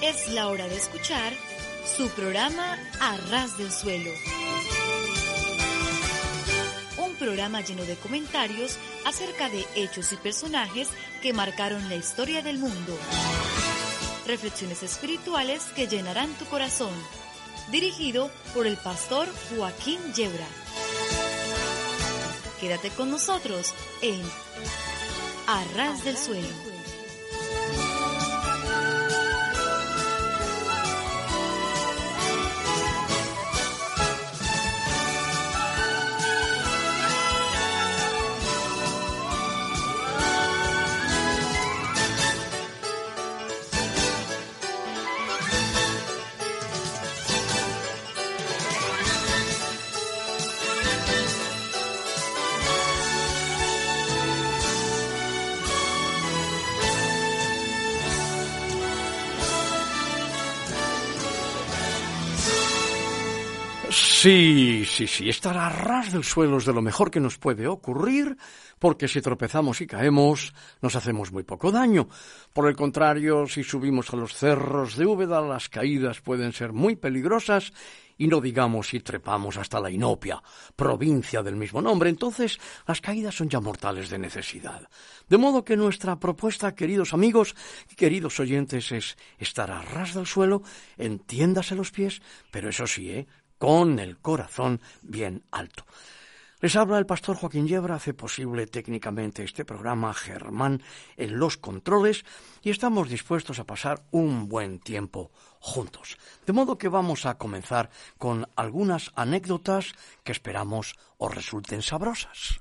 Es la hora de escuchar su programa A Ras del Suelo. Un programa lleno de comentarios acerca de hechos y personajes que marcaron la historia del mundo. Reflexiones espirituales que llenarán tu corazón. Dirigido por el pastor Joaquín Yebra. Quédate con nosotros en A Ras del Suelo. Sí, estar a ras del suelo es de lo mejor que nos puede ocurrir, porque si tropezamos y caemos, nos hacemos muy poco daño. Por el contrario, si subimos a los cerros de Úbeda, las caídas pueden ser muy peligrosas, y no digamos si trepamos hasta la Inopia, provincia del mismo nombre, entonces las caídas son ya mortales de necesidad. De modo que nuestra propuesta, queridos amigos y queridos oyentes, es estar a ras del suelo, entiéndase los pies, pero eso sí, con el corazón bien alto. Les habla el pastor Joaquín Yebra, hace posible técnicamente este programa Germán en los controles y estamos dispuestos a pasar un buen tiempo juntos. De modo que vamos a comenzar con algunas anécdotas que esperamos os resulten sabrosas.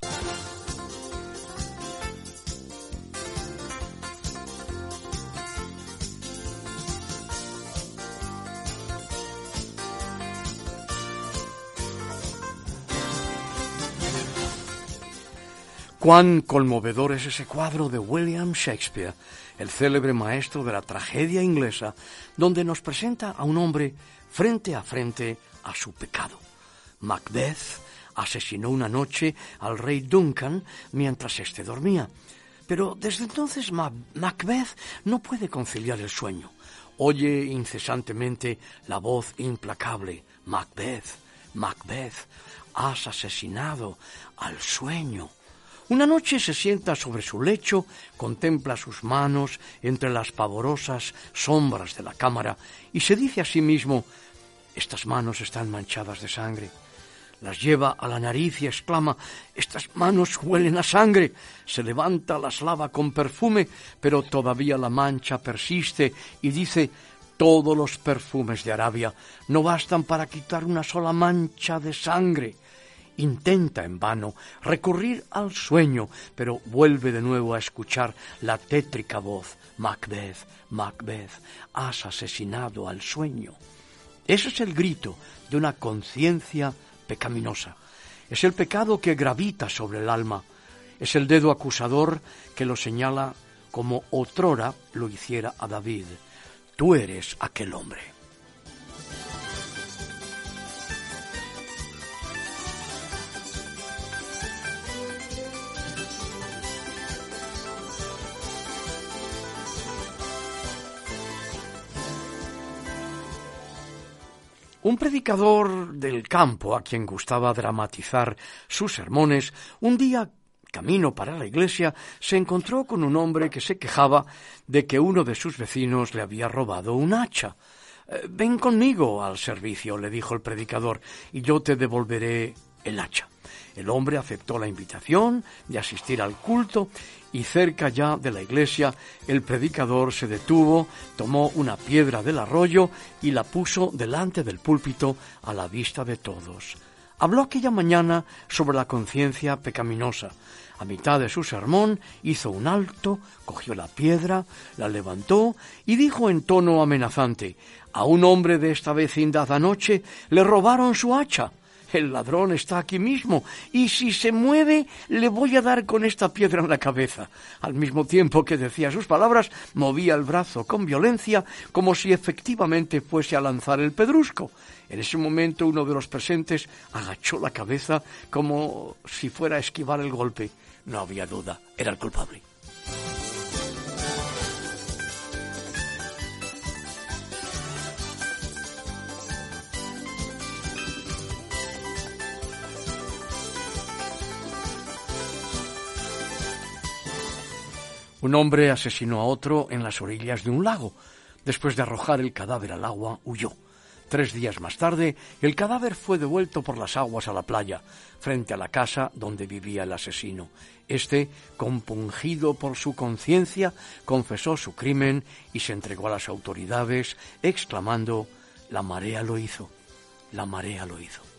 Cuán conmovedor es ese cuadro de William Shakespeare, el célebre maestro de la tragedia inglesa, donde nos presenta a un hombre frente a frente a su pecado. Macbeth asesinó una noche al rey Duncan mientras éste dormía, pero desde entonces Macbeth no puede conciliar el sueño. Oye incesantemente la voz implacable: Macbeth, Macbeth, has asesinado al sueño. Una noche se sienta sobre su lecho, contempla sus manos entre las pavorosas sombras de la cámara y se dice a sí mismo: estas manos están manchadas de sangre. Las lleva a la nariz y exclama: estas manos huelen a sangre. Se levanta, las lava con perfume, pero todavía la mancha persiste y dice: todos los perfumes de Arabia no bastan para quitar una sola mancha de sangre. Intenta en vano recurrir al sueño, pero vuelve de nuevo a escuchar la tétrica voz: Macbeth, Macbeth, has asesinado al sueño. Ese es el grito de una conciencia pecaminosa. Es el pecado que gravita sobre el alma. Es el dedo acusador que lo señala como otrora lo hiciera a David. Tú eres aquel hombre. Un predicador del campo, a quien gustaba dramatizar sus sermones, un día, camino para la iglesia, se encontró con un hombre que se quejaba de que uno de sus vecinos le había robado un hacha. Ven conmigo al servicio, le dijo el predicador, y yo te devolveré el hacha. El hombre aceptó la invitación de asistir al culto y cerca ya de la iglesia el predicador se detuvo, tomó una piedra del arroyo y la puso delante del púlpito a la vista de todos. Habló aquella mañana sobre la conciencia pecaminosa. A mitad de su sermón hizo un alto, cogió la piedra, la levantó y dijo en tono amenazante: a un hombre de esta vecindad anoche le robaron su hacha. El ladrón está aquí mismo, y si se mueve, le voy a dar con esta piedra en la cabeza. Al mismo tiempo que decía sus palabras, movía el brazo con violencia, como si efectivamente fuese a lanzar el pedrusco. En ese momento uno de los presentes agachó la cabeza como si fuera a esquivar el golpe. No había duda, era el culpable. Un hombre asesinó a otro en las orillas de un lago. Después de arrojar el cadáver al agua, huyó. 3 días más tarde, el cadáver fue devuelto por las aguas a la playa, frente a la casa donde vivía el asesino. Este, compungido por su conciencia, confesó su crimen y se entregó a las autoridades, exclamando: «La marea lo hizo, la marea lo hizo».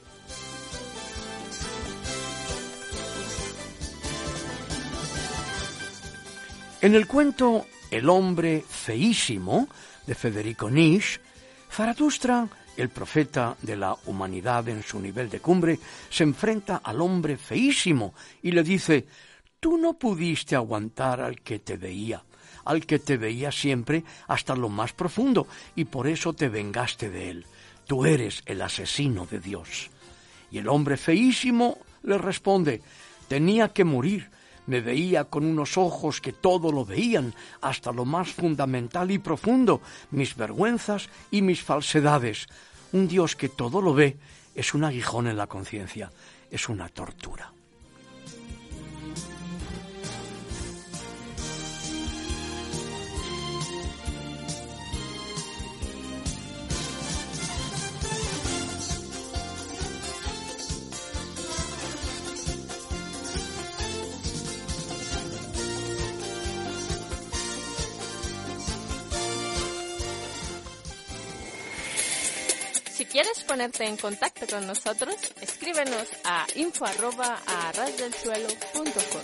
En el cuento El hombre feísimo, de Federico Nietzsche, Zaratustra, el profeta de la humanidad en su nivel de cumbre, se enfrenta al hombre feísimo y le dice: «Tú no pudiste aguantar al que te veía siempre hasta lo más profundo, y por eso te vengaste de él. Tú eres el asesino de Dios». Y el hombre feísimo le responde: «Tenía que morir. Me veía con unos ojos que todo lo veían, hasta lo más fundamental y profundo, mis vergüenzas y mis falsedades. Un Dios que todo lo ve es un aguijón en la conciencia, es una tortura». Si quieres ponerte en contacto con nosotros, escríbenos a info@arrasdelsuelo.com.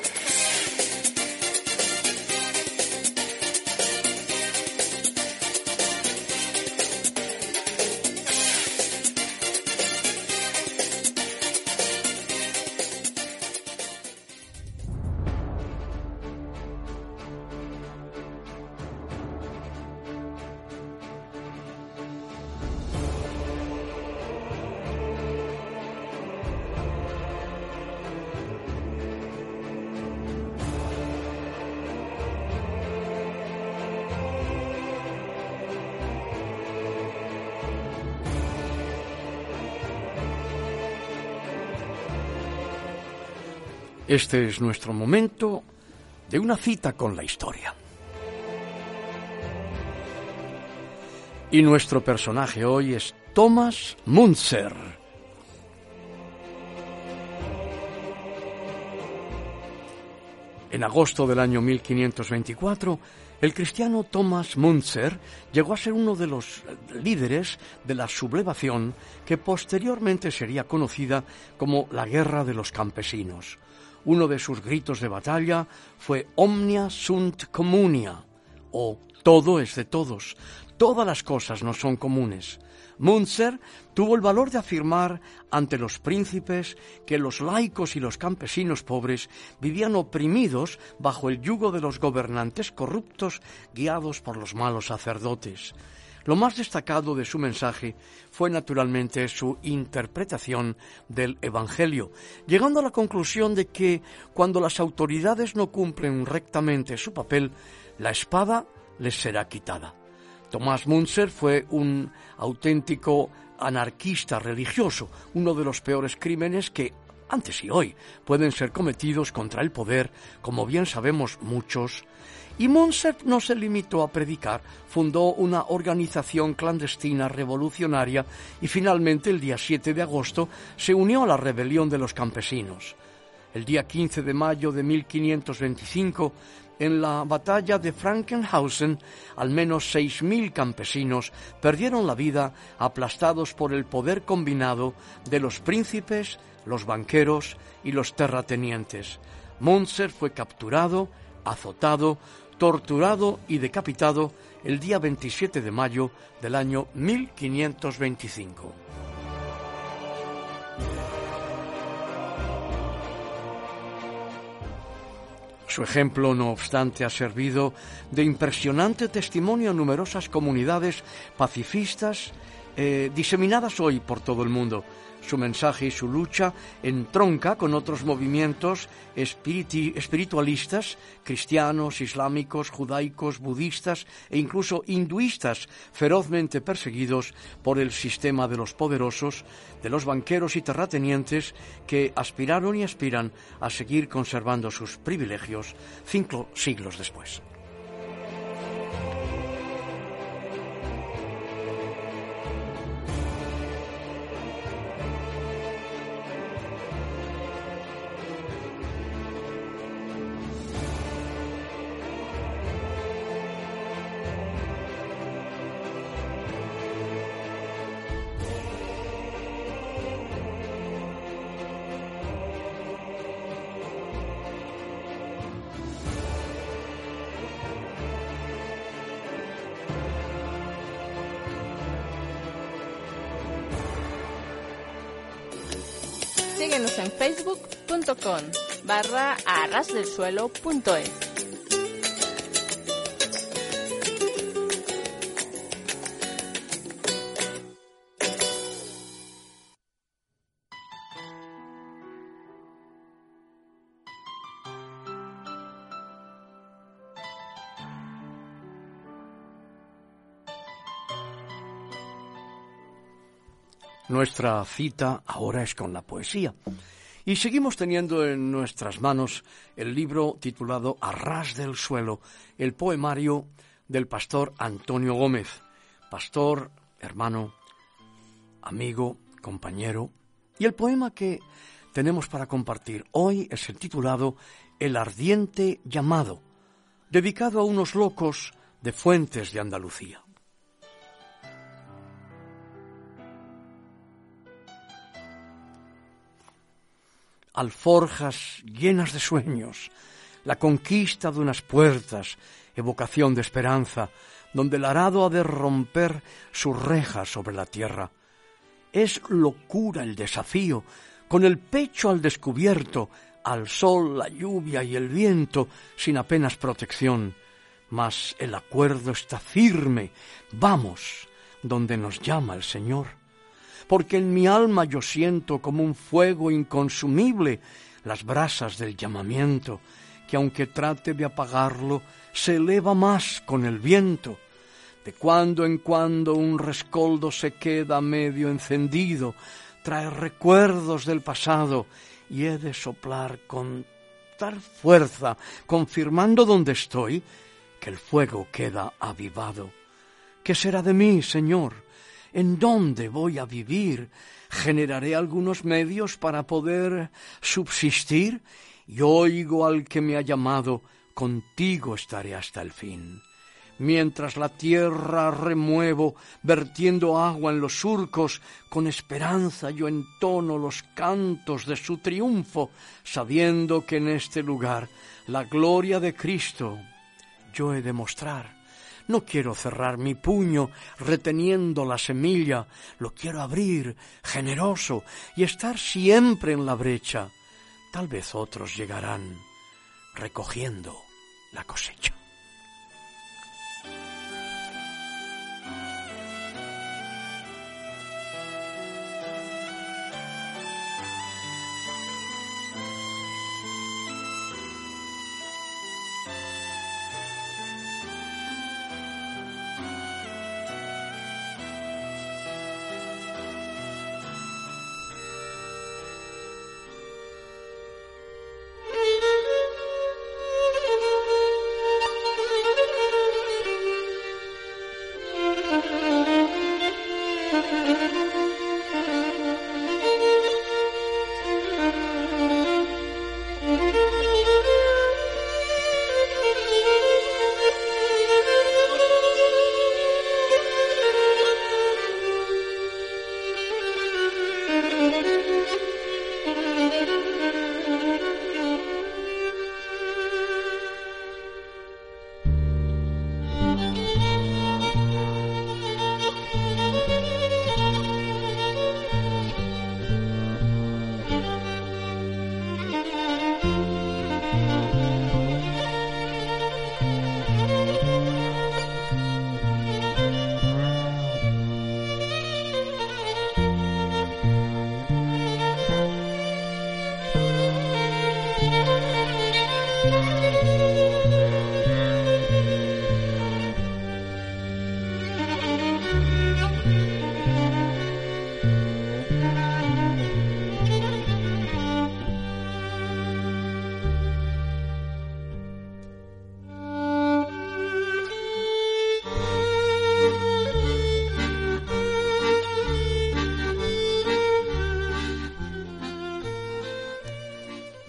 Este es nuestro momento de una cita con la historia. Y nuestro personaje hoy es Thomas Müntzer. En agosto del año 1524, el cristiano Thomas Müntzer llegó a ser uno de los líderes de la sublevación que posteriormente sería conocida como la Guerra de los Campesinos. Uno de sus gritos de batalla fue «Omnia sunt communia», o «todo es de todos, todas las cosas no son comunes». Müntzer tuvo el valor de afirmar ante los príncipes que los laicos y los campesinos pobres vivían oprimidos bajo el yugo de los gobernantes corruptos guiados por los malos sacerdotes. Lo más destacado de su mensaje fue naturalmente su interpretación del Evangelio, llegando a la conclusión de que cuando las autoridades no cumplen rectamente su papel, la espada les será quitada. Thomas Müntzer fue un auténtico anarquista religioso, uno de los peores crímenes que antes y hoy pueden ser cometidos contra el poder, como bien sabemos muchos. Y Müntzer no se limitó a predicar, fundó una organización clandestina revolucionaria y finalmente el día 7 de agosto se unió a la rebelión de los campesinos. El día 15 de mayo de 1525, en la batalla de Frankenhausen, al menos 6.000 campesinos perdieron la vida aplastados por el poder combinado de los príncipes, los banqueros y los terratenientes. Müntzer fue capturado, azotado, torturado y decapitado el día 27 de mayo del año 1525. Su ejemplo, no obstante, ha servido de impresionante testimonio a numerosas comunidades pacifistas diseminadas hoy por todo el mundo. Su mensaje y su lucha entronca con otros movimientos espiritualistas, cristianos, islámicos, judaicos, budistas e incluso hinduistas, ferozmente perseguidos por el sistema de los poderosos, de los banqueros y terratenientes que aspiraron y aspiran a seguir conservando sus privilegios 5 siglos después. Síguenos en facebook.com/arrasdelsuelo.es. Nuestra cita ahora es con la poesía. Y seguimos teniendo en nuestras manos el libro titulado A ras del suelo, el poemario del pastor Antonio Gómez. Pastor, hermano, amigo, compañero. Y el poema que tenemos para compartir hoy es el titulado El ardiente llamado, dedicado a unos locos de Fuentes de Andalucía. Alforjas llenas de sueños, la conquista de unas puertas, evocación de esperanza, donde el arado ha de romper sus rejas sobre la tierra. Es locura el desafío, con el pecho al descubierto, al sol, la lluvia y el viento, sin apenas protección. Mas el acuerdo está firme, vamos, donde nos llama el Señor. Porque en mi alma yo siento como un fuego inconsumible las brasas del llamamiento, que aunque trate de apagarlo, se eleva más con el viento. De cuando en cuando un rescoldo se queda medio encendido, trae recuerdos del pasado, y he de soplar con tal fuerza, confirmando donde estoy, que el fuego queda avivado. ¿Qué será de mí, Señor? ¿En dónde voy a vivir? ¿Generaré algunos medios para poder subsistir? Y oigo al que me ha llamado, contigo estaré hasta el fin. Mientras la tierra remuevo, vertiendo agua en los surcos, con esperanza yo entono los cantos de su triunfo, sabiendo que en este lugar la gloria de Cristo yo he de mostrar. No quiero cerrar mi puño reteniendo la semilla, lo quiero abrir, generoso, y estar siempre en la brecha. Tal vez otros llegarán recogiendo la cosecha.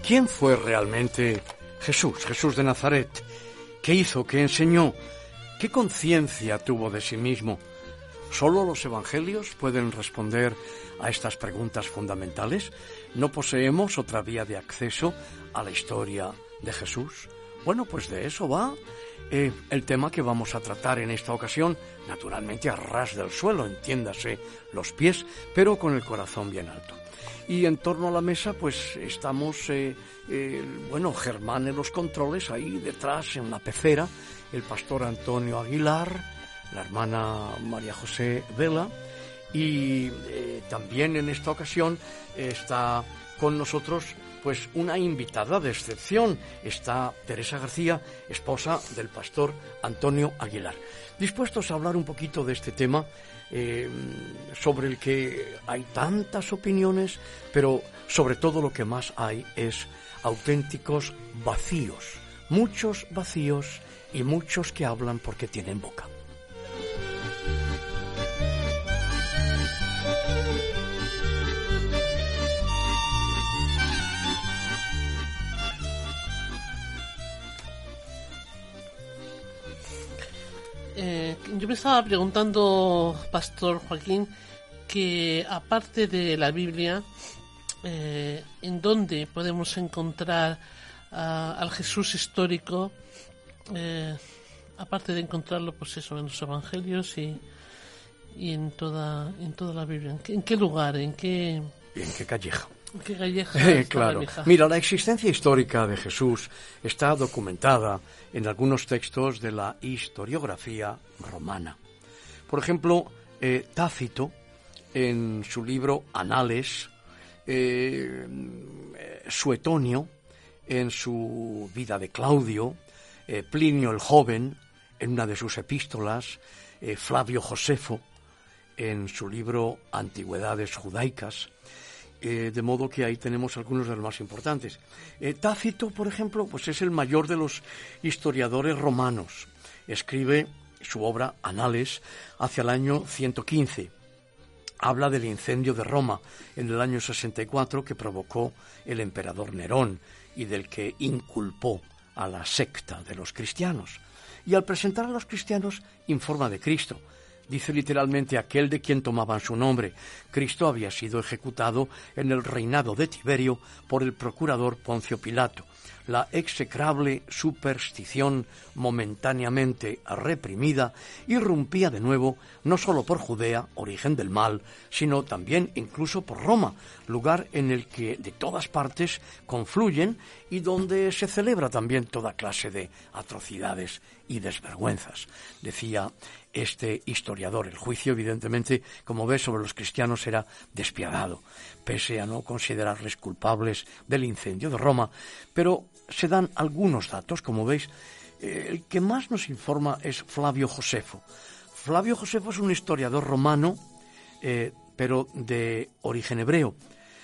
¿quién fue realmente Jesús, Jesús de Nazaret? ¿Qué hizo? ¿Qué enseñó? ¿Qué conciencia tuvo de sí mismo? ¿Solo los evangelios pueden responder a estas preguntas fundamentales? ¿No poseemos otra vía de acceso a la historia de Jesús? Bueno, pues de eso va el tema que vamos a tratar en esta ocasión, naturalmente a ras del suelo, entiéndase los pies, pero con el corazón bien alto. Y en torno a la mesa, pues estamos, Germán en los controles, ahí detrás en la pecera, el pastor Antonio Aguilar, la hermana María José Vela, y también en esta ocasión está con nosotros pues una invitada de excepción. Está Teresa García, esposa del pastor Antonio Aguilar. Dispuestos a hablar un poquito de este tema, sobre el que hay tantas opiniones, pero sobre todo lo que más hay es auténticos vacíos, muchos vacíos y muchos que hablan porque tienen boca. Yo me estaba preguntando, Pastor Joaquín, que aparte de la Biblia, ¿en dónde podemos encontrar al Jesús histórico? Aparte de encontrarlo, pues eso, en los evangelios y en toda la Biblia. ¿En qué lugar? ¿En qué calleja? ¿Qué calleja? Claro. Mira, la existencia histórica de Jesús está documentada en algunos textos de la historiografía romana. Por ejemplo, Tácito, en su libro Anales, Suetonio, en su vida de Claudio, Plinio el Joven, en una de sus epístolas, Flavio Josefo, en su libro Antigüedades Judaicas. De modo que ahí tenemos algunos de los más importantes. Tácito, por ejemplo, pues es el mayor de los historiadores romanos. Escribe su obra Anales hacia el año 115. Habla del incendio de Roma en el año 64 que provocó el emperador Nerón y del que inculpó a la secta de los cristianos. Y al presentar a los cristianos informa de Cristo. Dice literalmente aquel de quien tomaban su nombre. Cristo había sido ejecutado en el reinado de Tiberio por el procurador Poncio Pilato. La execrable superstición momentáneamente reprimida irrumpía de nuevo no solo por Judea, origen del mal, sino también incluso por Roma, lugar en el que de todas partes confluyen y donde se celebra también toda clase de atrocidades y desvergüenzas. Decía este historiador, el juicio evidentemente, como ves, sobre los cristianos era despiadado, pese a no considerarles culpables del incendio de Roma, pero se dan algunos datos, como veis. El que más nos informa es Flavio Josefo. Flavio Josefo es un historiador romano, pero de origen hebreo.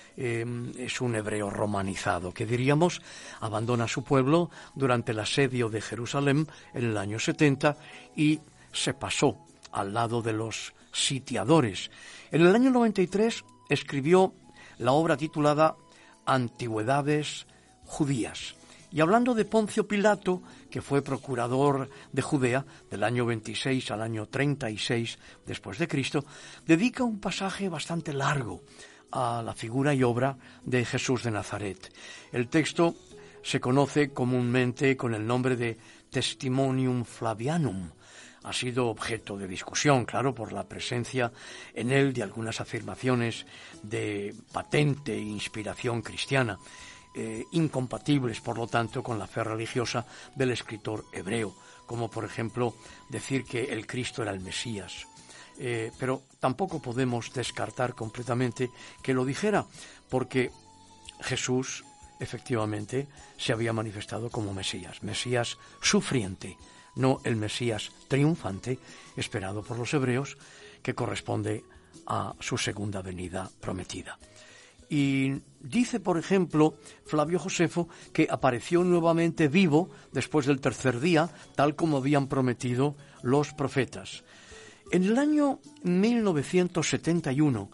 Es un hebreo romanizado, que diríamos abandona su pueblo durante el asedio de Jerusalén en el año 70 y se pasó al lado de los sitiadores. En el año 93 escribió la obra titulada Antigüedades Judías. Y hablando de Poncio Pilato, que fue procurador de Judea del año 26 al año 36 después de Cristo, dedica un pasaje bastante largo a la figura y obra de Jesús de Nazaret. El texto se conoce comúnmente con el nombre de Testimonium Flavianum. Ha sido objeto de discusión, claro, por la presencia en él de algunas afirmaciones de patente inspiración cristiana, incompatibles, por lo tanto, con la fe religiosa del escritor hebreo, como por ejemplo decir que el Cristo era el Mesías. Pero tampoco podemos descartar completamente que lo dijera, porque Jesús efectivamente se había manifestado como Mesías sufriente, no el Mesías triunfante esperado por los hebreos, que corresponde a su segunda venida prometida. Y dice, por ejemplo, Flavio Josefo, que apareció nuevamente vivo después del tercer día, tal como habían prometido los profetas. En el año 1971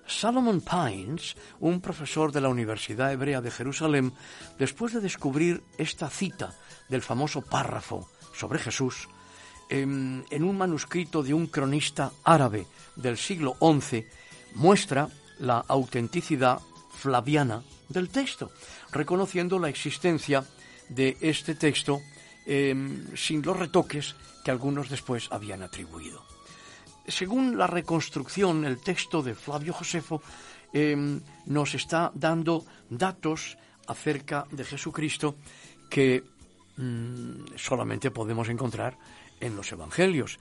Salomon Pines, un profesor de la Universidad Hebrea de Jerusalén, después de descubrir esta cita del famoso párrafo sobre Jesús, en un manuscrito de un cronista árabe del siglo XI, muestra la autenticidad flaviana del texto, reconociendo la existencia de este texto sin los retoques que algunos después habían atribuido. Según la reconstrucción, el texto de Flavio Josefo nos está dando datos acerca de Jesucristo que solamente podemos encontrar en los Evangelios.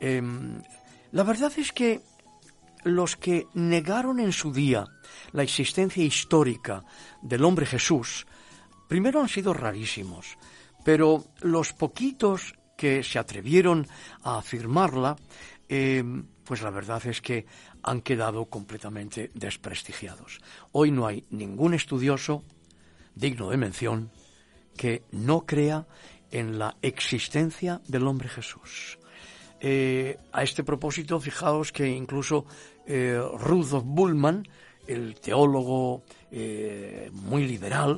La verdad es que los que negaron en su día la existencia histórica del hombre Jesús, primero han sido rarísimos, pero los poquitos que se atrevieron a afirmarla, pues la verdad es que han quedado completamente desprestigiados. Hoy no hay ningún estudioso digno de mención que no crea en la existencia del hombre Jesús. A este propósito, fijaos que incluso Rudolf Bultmann, el teólogo muy liberal,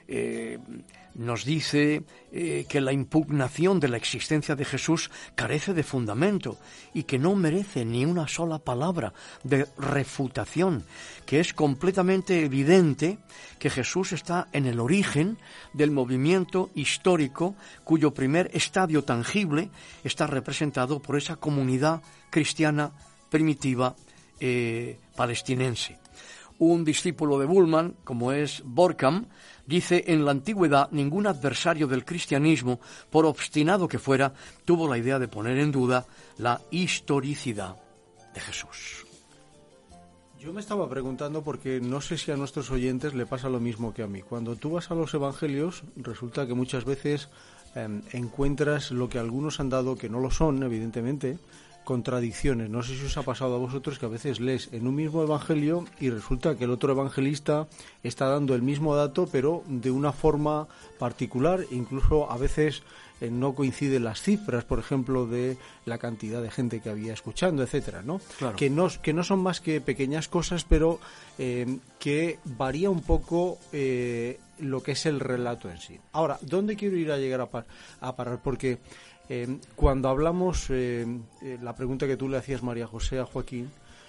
nos dice que la impugnación de la existencia de Jesús carece de fundamento y que no merece ni una sola palabra de refutación, que es completamente evidente que Jesús está en el origen del movimiento histórico cuyo primer estadio tangible está representado por esa comunidad cristiana primitiva palestinense. Un discípulo de Bultmann, como es Borkham, dice: en la antigüedad ningún adversario del cristianismo, por obstinado que fuera, tuvo la idea de poner en duda la historicidad de Jesús. Yo me estaba preguntando, porque no sé si a nuestros oyentes le pasa lo mismo que a mí. Cuando tú vas a los evangelios, resulta que muchas veces encuentras lo que algunos han dado, que no lo son, evidentemente, contradicciones. No sé si os ha pasado a vosotros que a veces lees en un mismo evangelio y resulta que el otro evangelista está dando el mismo dato pero de una forma particular, incluso a veces no coinciden las cifras, por ejemplo, de la cantidad de gente que había escuchando, etcétera, ¿no? Claro. Que no son más que pequeñas cosas, pero que varía un poco lo que es el relato en sí. Ahora, ¿dónde quiero ir a llegar a parar? Porque cuando hablamos, la pregunta que tú le hacías, María José, a Joaquín,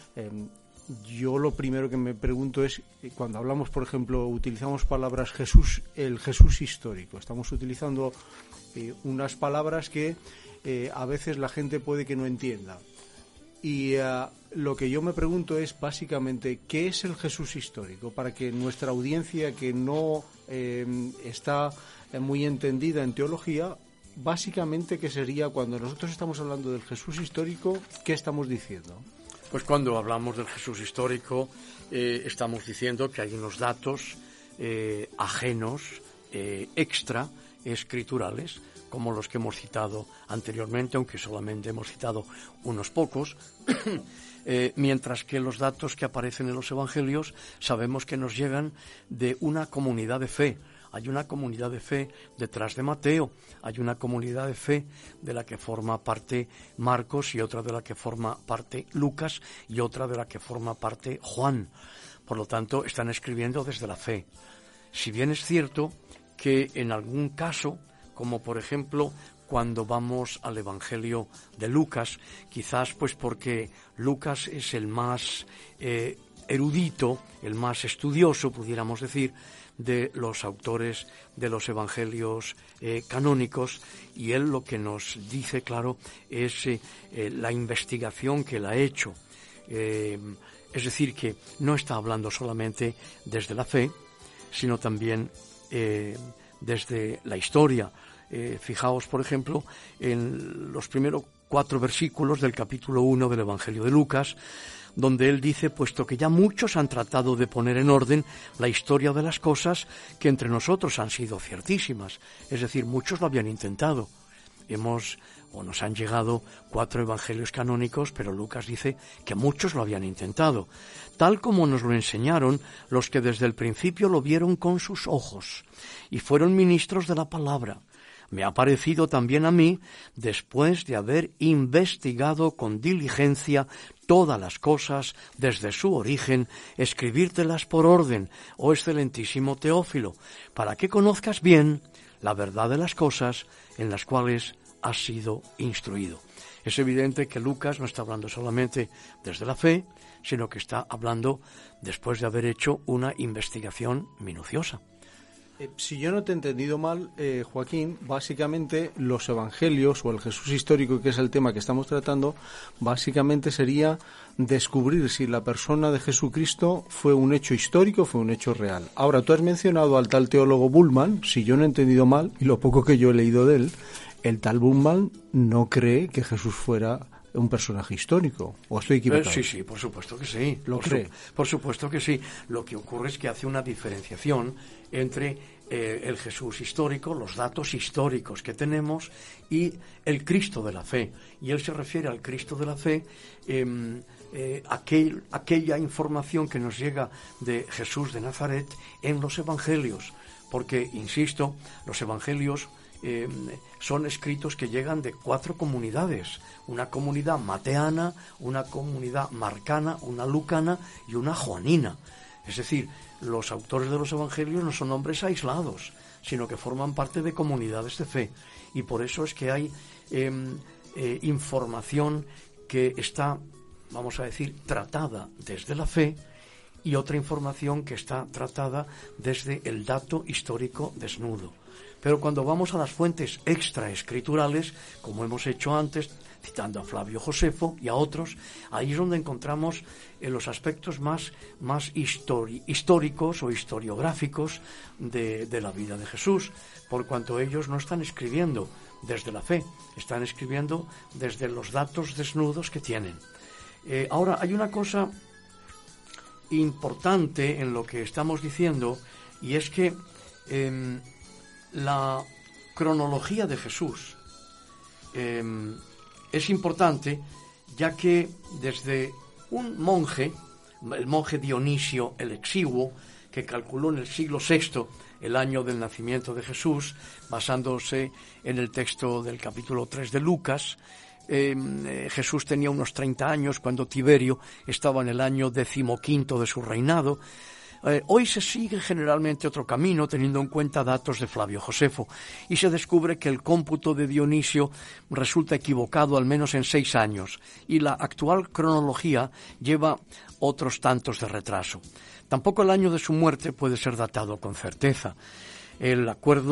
yo lo primero que me pregunto es, cuando hablamos, por ejemplo, utilizamos palabras Jesús, el Jesús histórico, estamos utilizando unas palabras que a veces la gente puede que no entienda. Y lo que yo me pregunto es, básicamente, ¿qué es el Jesús histórico? Para que nuestra audiencia, que no está muy entendida en teología, básicamente, ¿qué sería cuando nosotros estamos hablando del Jesús histórico? ¿Qué estamos diciendo? Pues cuando hablamos del Jesús histórico, estamos diciendo que hay unos datos ajenos, extra escriturales, como los que hemos citado anteriormente, aunque solamente hemos citado unos pocos, mientras que los datos que aparecen en los evangelios sabemos que nos llegan de una comunidad de fe. Hay una comunidad de fe detrás de Mateo, hay una comunidad de fe de la que forma parte Marcos y otra de la que forma parte Lucas y otra de la que forma parte Juan. Por lo tanto, están escribiendo desde la fe. Si bien es cierto que en algún caso, como por ejemplo cuando vamos al Evangelio de Lucas, quizás pues porque Lucas es el más erudito, el más estudioso, pudiéramos decir, de los autores de los evangelios canónicos, y él lo que nos dice, claro, es la investigación que él ha hecho. Es decir, que no está hablando solamente desde la fe, sino también desde la historia. Fijaos, por ejemplo, en los primeros 4 versículos del capítulo 1 del Evangelio de Lucas, donde él dice: puesto que ya muchos han tratado de poner en orden la historia de las cosas que entre nosotros han sido ciertísimas. Es decir, muchos lo habían intentado. Nos han llegado 4 evangelios canónicos, pero Lucas dice que muchos lo habían intentado, tal como nos lo enseñaron los que desde el principio lo vieron con sus ojos y fueron ministros de la palabra. me ha parecido también a mí, después de haber investigado con diligencia todas las cosas desde su origen, escribírtelas por orden, oh excelentísimo Teófilo, para que conozcas bien la verdad de las cosas en las cuales has sido instruido. Es evidente que Lucas no está hablando solamente desde la fe, sino que está hablando después de haber hecho una investigación minuciosa. Si yo no te he entendido mal, Joaquín, básicamente los evangelios o el Jesús histórico, que es el tema que estamos tratando, básicamente sería descubrir si la persona de Jesucristo fue un hecho histórico, fue un hecho real. Ahora, tú has mencionado al tal teólogo Bullman. Si yo no he entendido mal, y lo poco que yo he leído de él, el tal Bullman no cree que Jesús fuera un personaje histórico, ¿o estoy equivocado? Sí, por supuesto que sí. ¿Lo cree? Por supuesto que sí. Lo que ocurre es que hace una diferenciación entre el Jesús histórico, los datos históricos que tenemos, y el Cristo de la fe. Y él se refiere al Cristo de la fe, aquella información que nos llega de Jesús de Nazaret en los evangelios. Porque, insisto, los evangelios son escritos que llegan de 4 comunidades: una comunidad mateana, una comunidad marcana, una lucana y una joanina. Es decir, los autores de los evangelios no son hombres aislados, sino que forman parte de comunidades de fe, y por eso es que hay información que está, vamos a decir, tratada desde la fe, y otra información que está tratada desde el dato histórico desnudo. Pero cuando vamos a las fuentes extraescriturales, como hemos hecho antes, citando a Flavio Josefo y a otros, ahí es donde encontramos los aspectos más históricos o historiográficos de la vida de Jesús, por cuanto ellos no están escribiendo desde la fe, están escribiendo desde los datos desnudos que tienen. Ahora, hay una cosa importante en lo que estamos diciendo, y es que la cronología de Jesús es importante, ya que desde un monje, el monje Dionisio el Exiguo, que calculó en el siglo VI el año del nacimiento de Jesús, basándose en el texto del capítulo 3 de Lucas, Jesús tenía unos 30 años cuando Tiberio estaba en el año 15 de su reinado. Hoy se sigue generalmente otro camino, teniendo en cuenta datos de Flavio Josefo, y se descubre que el cómputo de Dionisio resulta equivocado al menos en 6 años, y la actual cronología lleva otros tantos de retraso. Tampoco el año de su muerte puede ser datado con certeza. El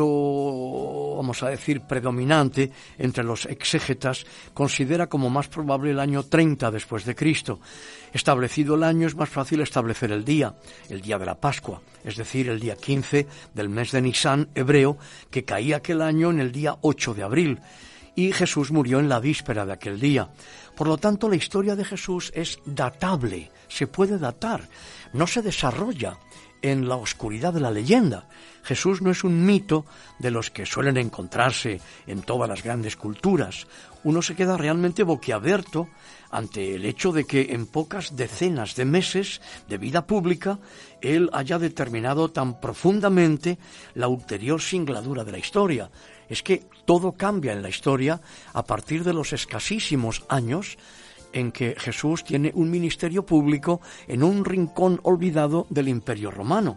acuerdo, vamos a decir, predominante entre los exégetas considera como más probable el año 30 después de Cristo. Establecido el año, es más fácil establecer el día de la Pascua, es decir, el día 15 del mes de Nisán hebreo, que caía aquel año en el día 8 de abril, y Jesús murió en la víspera de aquel día. Por lo tanto, la historia de Jesús es datable, se puede datar, no se desarrolla en la oscuridad de la leyenda. Jesús no es un mito de los que suelen encontrarse en todas las grandes culturas. Uno se queda realmente boquiabierto ante el hecho de que en pocas decenas de meses de vida pública él haya determinado tan profundamente la ulterior singladura de la historia. Es que todo cambia en la historia a partir de los escasísimos años en que Jesús tiene un ministerio público en un rincón olvidado del Imperio Romano.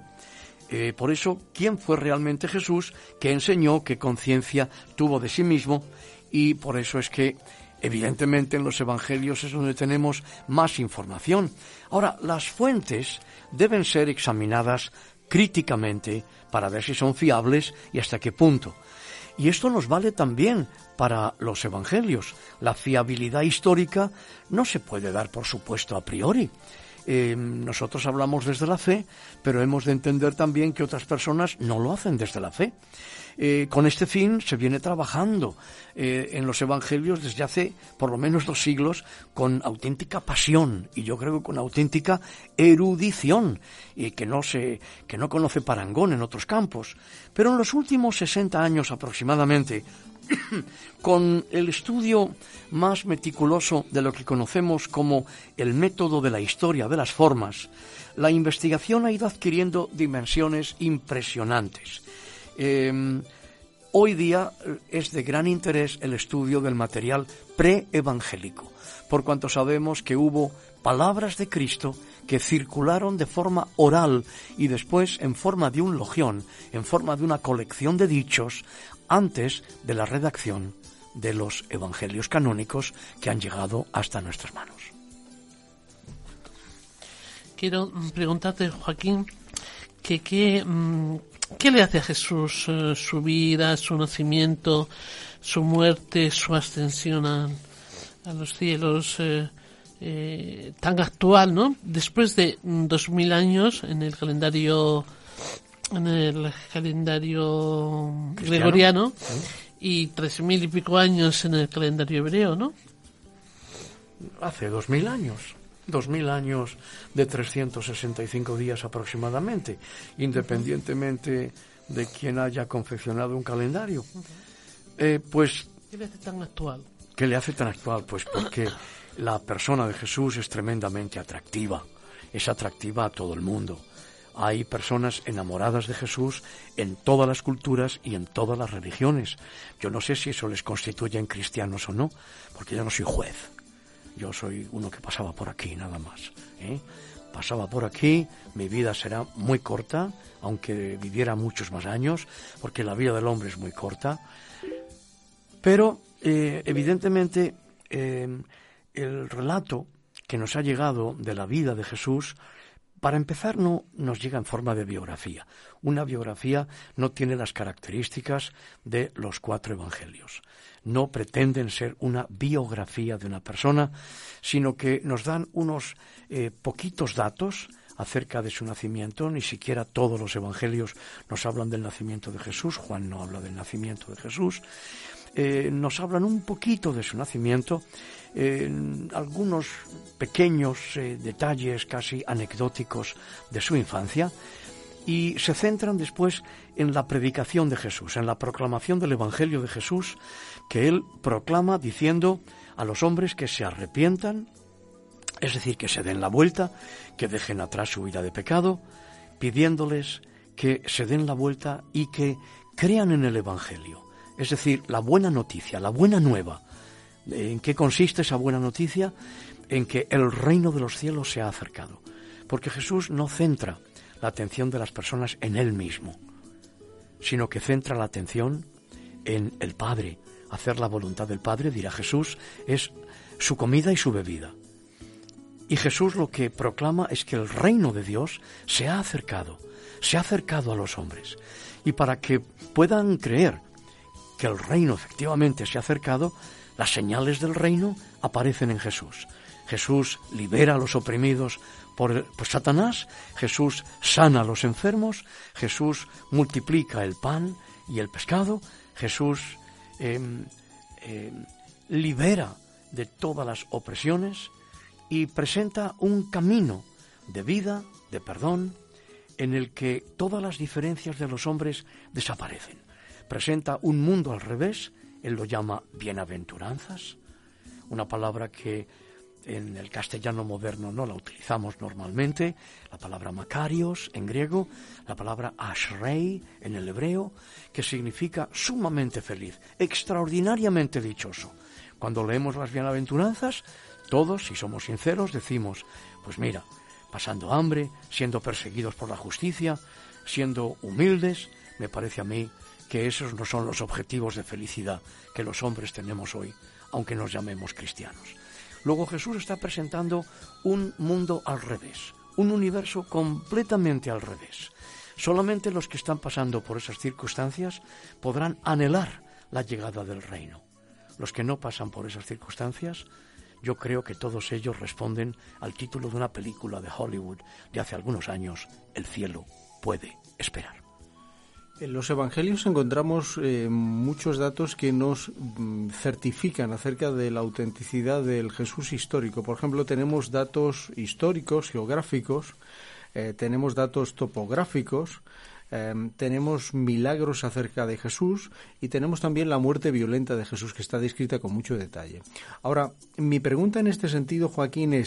Por eso, ¿quién fue realmente Jesús? ¿Qué enseñó? ¿Qué conciencia tuvo de sí mismo? Y por eso es que, evidentemente, en los evangelios es donde tenemos más información. Ahora, las fuentes deben ser examinadas críticamente para ver si son fiables y hasta qué punto. Y esto nos vale también para los evangelios. La fiabilidad histórica no se puede dar por supuesto a priori. Nosotros hablamos desde la fe, pero hemos de entender también que otras personas no lo hacen desde la fe. Con este fin se viene trabajando en los evangelios desde hace por lo menos 2 siglos con auténtica pasión, y yo creo que con auténtica erudición, y que no conoce parangón en otros campos. Pero en los últimos 60 años aproximadamente, con el estudio más meticuloso de lo que conocemos como el método de la historia de las formas, la investigación ha ido adquiriendo dimensiones impresionantes. Hoy día es de gran interés el estudio del material preevangélico, por cuanto sabemos que hubo palabras de Cristo que circularon de forma oral y después en forma de un logión, en forma de una colección de dichos, antes de la redacción de los evangelios canónicos que han llegado hasta nuestras manos. Quiero preguntarte, Joaquín, ¿qué le hace a Jesús su vida, su nacimiento, su muerte, su ascensión a los cielos, tan actual, ¿no? Después de 2000 años en el calendario gregoriano, y 3000 y pico años en el calendario hebreo, ¿no? Hace 2000 años. 2000 años de 365 días aproximadamente, independientemente de quién haya confeccionado un calendario. Pues, ¿qué le hace tan actual? ¿Qué le hace tan actual? Pues porque la persona de Jesús es tremendamente atractiva, es atractiva a todo el mundo. Hay personas enamoradas de Jesús en todas las culturas y en todas las religiones. Yo no sé si eso les constituye en cristianos o no, porque yo no soy juez. Yo soy uno que pasaba por aquí, nada más. Pasaba por aquí, mi vida será muy corta, aunque viviera muchos más años, porque la vida del hombre es muy corta. Pero, evidentemente, el relato que nos ha llegado de la vida de Jesús, para empezar, no nos llega en forma de biografía. Una biografía no tiene las características de los 4 evangelios. No pretenden ser una biografía de una persona, sino que nos dan unos poquitos datos acerca de su nacimiento. Ni siquiera todos los evangelios nos hablan del nacimiento de Jesús. Juan no habla del nacimiento de Jesús. Nos hablan un poquito de su nacimiento, algunos pequeños detalles casi anecdóticos de su infancia, y se centran después en la predicación de Jesús, en la proclamación del Evangelio de Jesús, que él proclama diciendo a los hombres que se arrepientan, es decir, que se den la vuelta, que dejen atrás su vida de pecado, pidiéndoles que se den la vuelta y que crean en el Evangelio. Es decir, la buena noticia, la buena nueva. ¿En qué consiste esa buena noticia? En que el reino de los cielos se ha acercado. Porque Jesús no centra la atención de las personas en él mismo, sino que centra la atención en el Padre. Hacer la voluntad del Padre, dirá Jesús, es su comida y su bebida. Y Jesús lo que proclama es que el reino de Dios se ha acercado a los hombres. Y para que puedan creer que el reino efectivamente se ha acercado, las señales del reino aparecen en Jesús. Jesús libera a los oprimidos por Satanás, Jesús sana a los enfermos, Jesús multiplica el pan y el pescado, Jesús libera de todas las opresiones y presenta un camino de vida, de perdón, en el que todas las diferencias de los hombres desaparecen. Presenta un mundo al revés, él lo llama bienaventuranzas, una palabra que en el castellano moderno no la utilizamos normalmente, la palabra makarios en griego, la palabra ashrei en el hebreo, que significa sumamente feliz, extraordinariamente dichoso. Cuando leemos las bienaventuranzas, todos, si somos sinceros, decimos, pues mira, pasando hambre, siendo perseguidos por la justicia, siendo humildes, me parece a mí que esos no son los objetivos de felicidad que los hombres tenemos hoy, aunque nos llamemos cristianos. Luego Jesús está presentando un mundo al revés, un universo completamente al revés. Solamente los que están pasando por esas circunstancias podrán anhelar la llegada del reino. Los que no pasan por esas circunstancias, yo creo que todos ellos responden al título de una película de Hollywood de hace algunos años, El cielo puede esperar. En los evangelios encontramos muchos datos que nos certifican acerca de la autenticidad del Jesús histórico. Por ejemplo, tenemos datos históricos, geográficos, tenemos datos topográficos, tenemos milagros acerca de Jesús y tenemos también la muerte violenta de Jesús, que está descrita con mucho detalle. Ahora, mi pregunta en este sentido, Joaquín, es,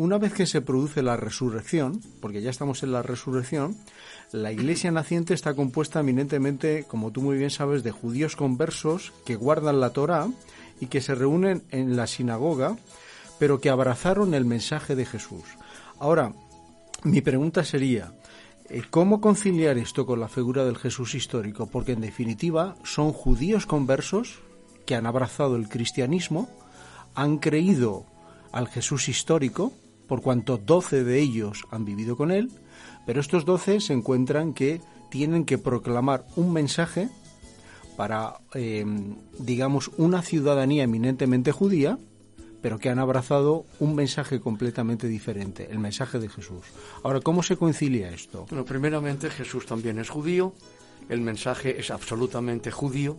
una vez que se produce la resurrección, porque ya estamos en la resurrección, la iglesia naciente está compuesta eminentemente, como tú muy bien sabes, de judíos conversos que guardan la Torá y que se reúnen en la sinagoga, pero que abrazaron el mensaje de Jesús. Ahora, mi pregunta sería, ¿cómo conciliar esto con la figura del Jesús histórico? Porque en definitiva son judíos conversos que han abrazado el cristianismo, han creído al Jesús histórico, por cuanto 12 de ellos han vivido con él, pero estos 12 se encuentran que tienen que proclamar un mensaje para, digamos, una ciudadanía eminentemente judía, pero que han abrazado un mensaje completamente diferente, el mensaje de Jesús. Ahora, ¿cómo se concilia esto? Bueno, primeramente Jesús también es judío, el mensaje es absolutamente judío,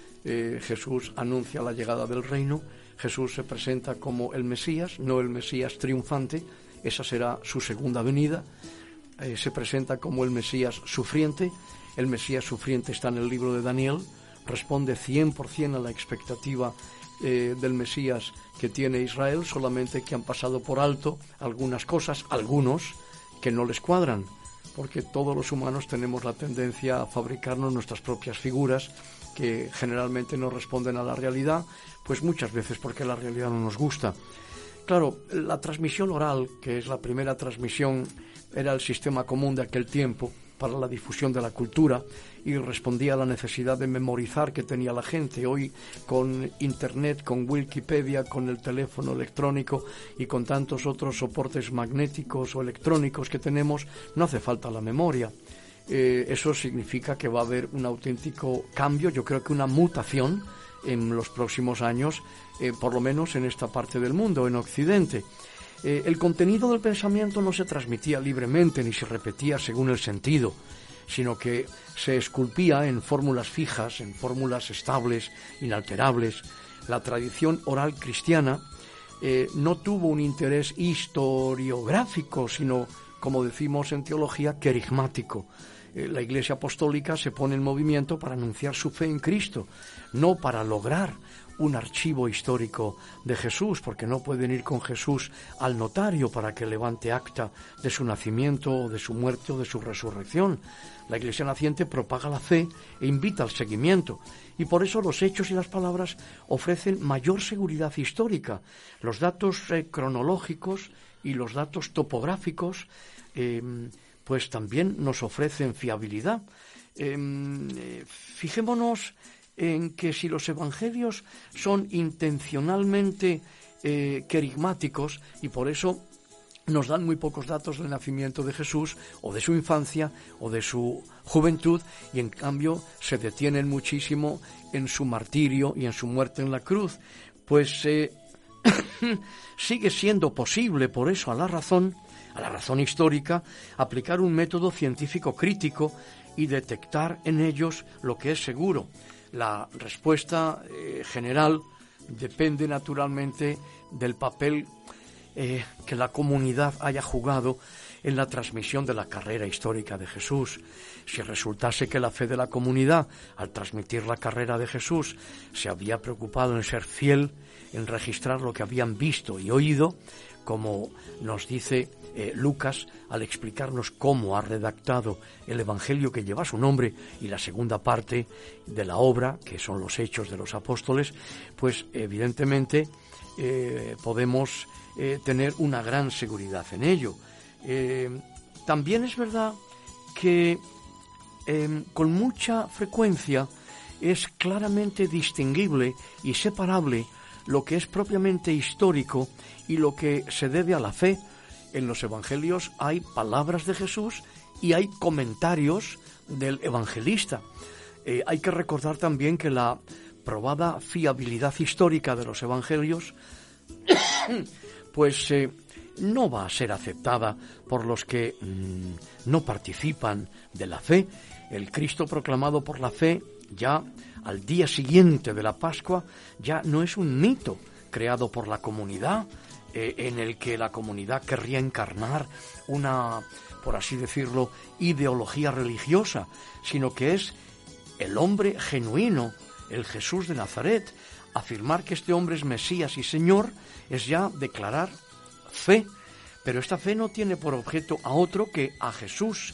Jesús anuncia la llegada del reino, Jesús se presenta como el Mesías, no el Mesías triunfante, esa será su segunda venida, se presenta como el Mesías sufriente, el Mesías sufriente está en el libro de Daniel, responde 100% a la expectativa del Mesías que tiene Israel, solamente que han pasado por alto algunas cosas, algunos que no les cuadran, porque todos los humanos tenemos la tendencia a fabricarnos nuestras propias figuras que generalmente no responden a la realidad, pues muchas veces porque la realidad no nos gusta. Claro, la transmisión oral, que es la primera transmisión, era el sistema común de aquel tiempo para la difusión de la cultura y respondía a la necesidad de memorizar que tenía la gente. Hoy, con Internet, con Wikipedia, con el teléfono electrónico y con tantos otros soportes magnéticos o electrónicos que tenemos, no hace falta la memoria. Eso significa que va a haber un auténtico cambio, yo creo que una mutación en los próximos años, por lo menos en esta parte del mundo, en Occidente. El contenido del pensamiento no se transmitía libremente ni se repetía según el sentido, sino que se esculpía en fórmulas fijas, en fórmulas estables, inalterables. La tradición oral cristiana no tuvo un interés historiográfico, sino, como decimos en teología, querigmático. La Iglesia Apostólica se pone en movimiento para anunciar su fe en Cristo, no para lograr un archivo histórico de Jesús, porque no pueden ir con Jesús al notario para que levante acta de su nacimiento, o de su muerte o de su resurrección. La Iglesia naciente propaga la fe e invita al seguimiento, y por eso los hechos y las palabras ofrecen mayor seguridad histórica. Los datos cronológicos y los datos topográficos pues también nos ofrecen fiabilidad. Fijémonos en que si los evangelios son intencionalmente querigmáticos y por eso nos dan muy pocos datos del nacimiento de Jesús o de su infancia o de su juventud, y en cambio se detienen muchísimo en su martirio y en su muerte en la cruz, pues sigue siendo posible, por eso, a la razón histórica, aplicar un método científico crítico y detectar en ellos lo que es seguro. La respuesta general depende naturalmente del papel que la comunidad haya jugado en la transmisión de la carrera histórica de Jesús. Si resultase que la fe de la comunidad, al transmitir la carrera de Jesús, se había preocupado en ser fiel, en registrar lo que habían visto y oído, como nos dice Lucas al explicarnos cómo ha redactado el Evangelio que lleva su nombre y la segunda parte de la obra, que son los Hechos de los Apóstoles, pues evidentemente podemos tener una gran seguridad en ello. También es verdad que con mucha frecuencia es claramente distinguible y separable lo que es propiamente histórico y lo que se debe a la fe. En los evangelios hay palabras de Jesús y hay comentarios del evangelista. Hay que recordar también que la probada fiabilidad histórica de los evangelios pues no va a ser aceptada por los que no participan de la fe. El Cristo proclamado por la fe ya al día siguiente de la Pascua ya no es un mito creado por la comunidad, en el que la comunidad querría encarnar una, por así decirlo, ideología religiosa, sino que es el hombre genuino, el Jesús de Nazaret. Afirmar que este hombre es Mesías y Señor es ya declarar fe, pero esta fe no tiene por objeto a otro que a Jesús.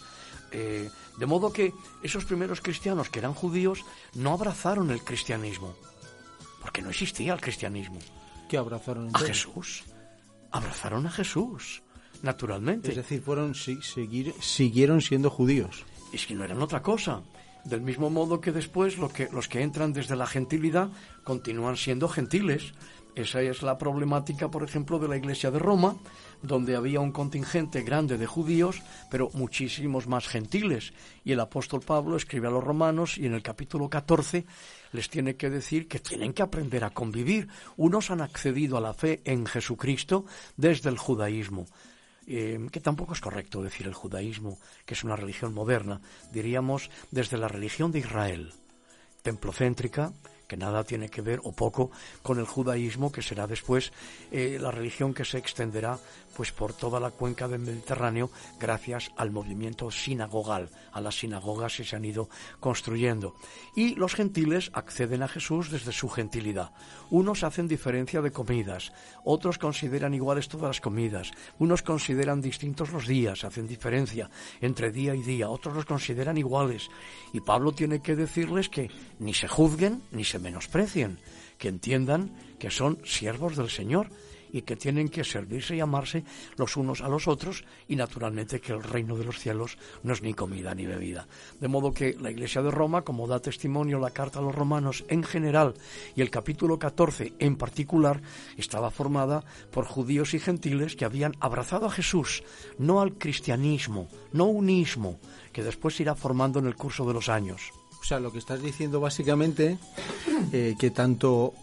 De modo que esos primeros cristianos que eran judíos no abrazaron el cristianismo, porque no existía el cristianismo. ¿Qué abrazaron entonces? A Jesús. Abrazaron a Jesús, naturalmente. Es decir, siguieron siendo judíos. Es que no eran otra cosa. Del mismo modo que después los que entran desde la gentilidad continúan siendo gentiles. Esa es la problemática, por ejemplo, de la Iglesia de Roma, donde había un contingente grande de judíos, pero muchísimos más gentiles. Y el apóstol Pablo escribe a los romanos y en el capítulo 14 les tiene que decir que tienen que aprender a convivir. Unos han accedido a la fe en Jesucristo desde el judaísmo. Que tampoco es correcto decir el judaísmo, que es una religión moderna, diríamos desde la religión de Israel, templocéntrica, que nada tiene que ver o poco con el judaísmo, que será después la religión que se extenderá pues por toda la cuenca del Mediterráneo gracias al movimiento sinagogal, a las sinagogas que se han ido construyendo. Y los gentiles acceden a Jesús desde su gentilidad. Unos hacen diferencia de comidas, otros consideran iguales todas las comidas, unos consideran distintos los días, hacen diferencia entre día y día, otros los consideran iguales. Y Pablo tiene que decirles que ni se juzguen ni se menosprecien, que entiendan que son siervos del Señor y que tienen que servirse y amarse los unos a los otros, y naturalmente que el reino de los cielos no es ni comida ni bebida. De modo que la Iglesia de Roma, como da testimonio la carta a los romanos en general y el capítulo 14 en particular, estaba formada por judíos y gentiles que habían abrazado a Jesús, no al cristianismo, no unismo, que después se irá formando en el curso de los años. O sea, lo que estás diciendo básicamente, que tanto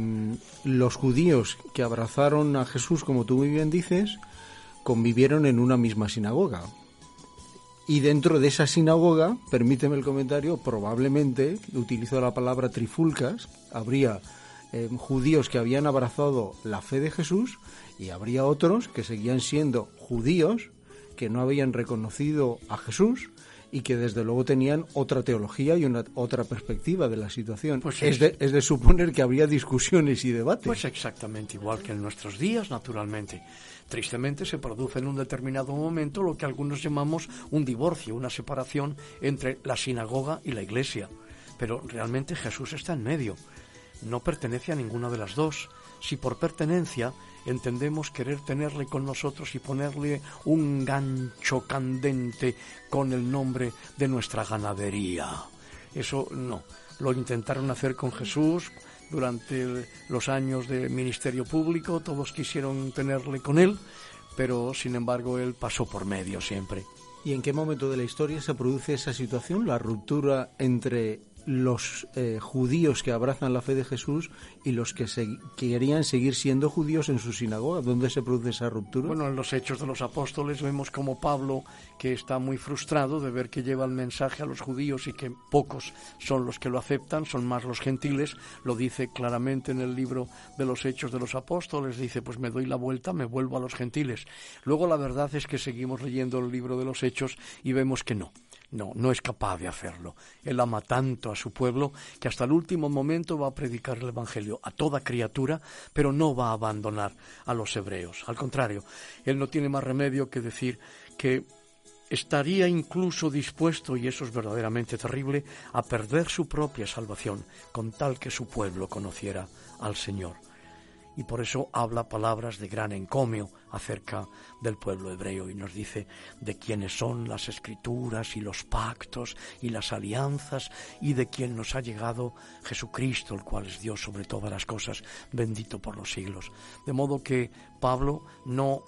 los judíos que abrazaron a Jesús, como tú muy bien dices, convivieron en una misma sinagoga. Y dentro de esa sinagoga, permíteme el comentario, probablemente, utilizo la palabra trifulcas, habría judíos que habían abrazado la fe de Jesús y habría otros que seguían siendo judíos, que no habían reconocido a Jesús y que desde luego tenían otra teología y otra perspectiva de la situación. Pues es de suponer que habría discusiones y debates. Pues exactamente igual que en nuestros días, naturalmente. Tristemente se produce en un determinado momento lo que algunos llamamos un divorcio, una separación entre la sinagoga y la iglesia. Pero realmente Jesús está en medio. No pertenece a ninguna de las dos. Si por pertenencia entendemos querer tenerle con nosotros y ponerle un gancho candente con el nombre de nuestra ganadería. Eso no. Lo intentaron hacer con Jesús durante los años de ministerio público. Todos quisieron tenerle con él, pero sin embargo él pasó por medio siempre. ¿Y en qué momento de la historia se produce esa situación, la ruptura entre los judíos que abrazan la fe de Jesús y los que querían seguir siendo judíos en su sinagoga? ¿Dónde se produce esa ruptura? Bueno, en los Hechos de los Apóstoles vemos como Pablo, que está muy frustrado de ver que lleva el mensaje a los judíos y que pocos son los que lo aceptan, son más los gentiles, lo dice claramente en el libro de los Hechos de los Apóstoles, dice, pues me doy la vuelta, me vuelvo a los gentiles. Luego la verdad es que seguimos leyendo el libro de los Hechos y vemos que no es capaz de hacerlo. Él ama tanto a su pueblo que hasta el último momento va a predicar el Evangelio a toda criatura, pero no va a abandonar a los hebreos. Al contrario, él no tiene más remedio que decir que estaría incluso dispuesto, y eso es verdaderamente terrible, a perder su propia salvación con tal que su pueblo conociera al Señor. Y por eso habla palabras de gran encomio acerca del pueblo hebreo y nos dice de quiénes son las escrituras y los pactos y las alianzas y de quién nos ha llegado Jesucristo, el cual es Dios sobre todas las cosas, bendito por los siglos. De modo que Pablo no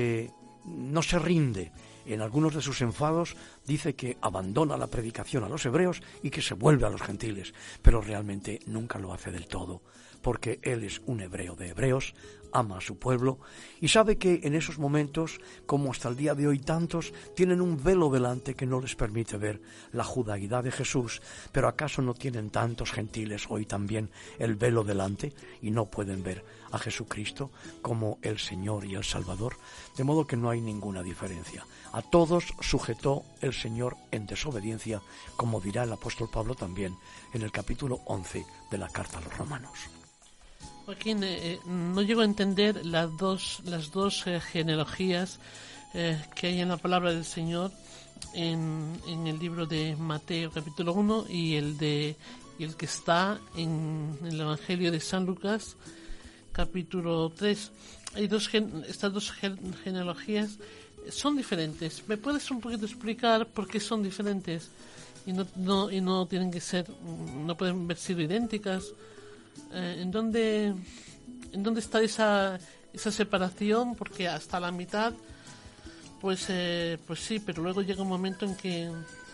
se rinde. En algunos de sus enfados dice que abandona la predicación a los hebreos y que se vuelve a los gentiles, pero realmente nunca lo hace del todo, porque él es un hebreo de hebreos, ama a su pueblo y sabe que en esos momentos, como hasta el día de hoy tantos, tienen un velo delante que no les permite ver la judaidad de Jesús, pero ¿acaso no tienen tantos gentiles hoy también el velo delante y no pueden ver a Jesucristo como el Señor y el Salvador? De modo que no hay ninguna diferencia. A todos sujetó el Señor en desobediencia, como dirá el apóstol Pablo también en el capítulo 11 de la carta a los Romanos. Joaquín, no llego a entender las dos genealogías que hay en la palabra del Señor en el libro de Mateo capítulo 1 y el que está en el Evangelio de San Lucas capítulo 3. Hay estas dos genealogías son diferentes. ¿Me puedes un poquito explicar por qué son diferentes y no tienen que ser, no pueden haber sido idénticas? ¿En dónde está esa separación? Porque hasta la mitad pues sí, pero luego llega un momento en que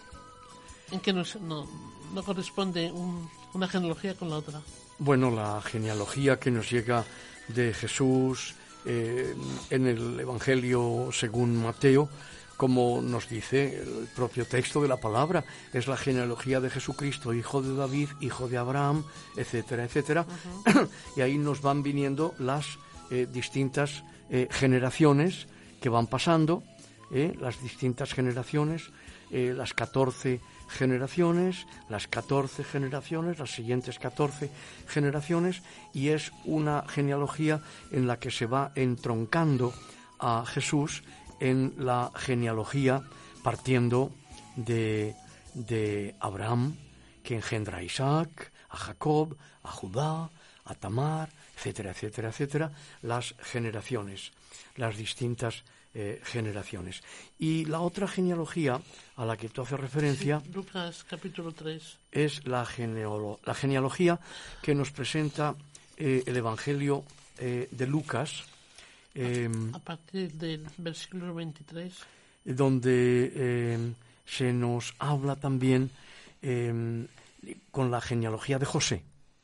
no corresponde una genealogía con la otra. Bueno, la genealogía que nos llega de Jesús en el Evangelio según Mateo, como nos dice el propio texto de la palabra, es la genealogía de Jesucristo, hijo de David, hijo de Abraham, etcétera, etcétera. Uh-huh. Y ahí nos van viniendo las distintas generaciones que van pasando, las distintas generaciones, las 14 generaciones, las 14 generaciones, las siguientes 14 generaciones, y es una genealogía en la que se va entroncando a Jesús en la genealogía partiendo de Abraham, que engendra a Isaac, a Jacob, a Judá, a Tamar, etcétera, etcétera, etcétera, las generaciones, las distintas generaciones. Y la otra genealogía a la que tú haces referencia, sí, Lucas capítulo 3, es la genealogía que nos presenta el Evangelio de Lucas, a partir del versículo 23, donde se nos habla también con la genealogía de José,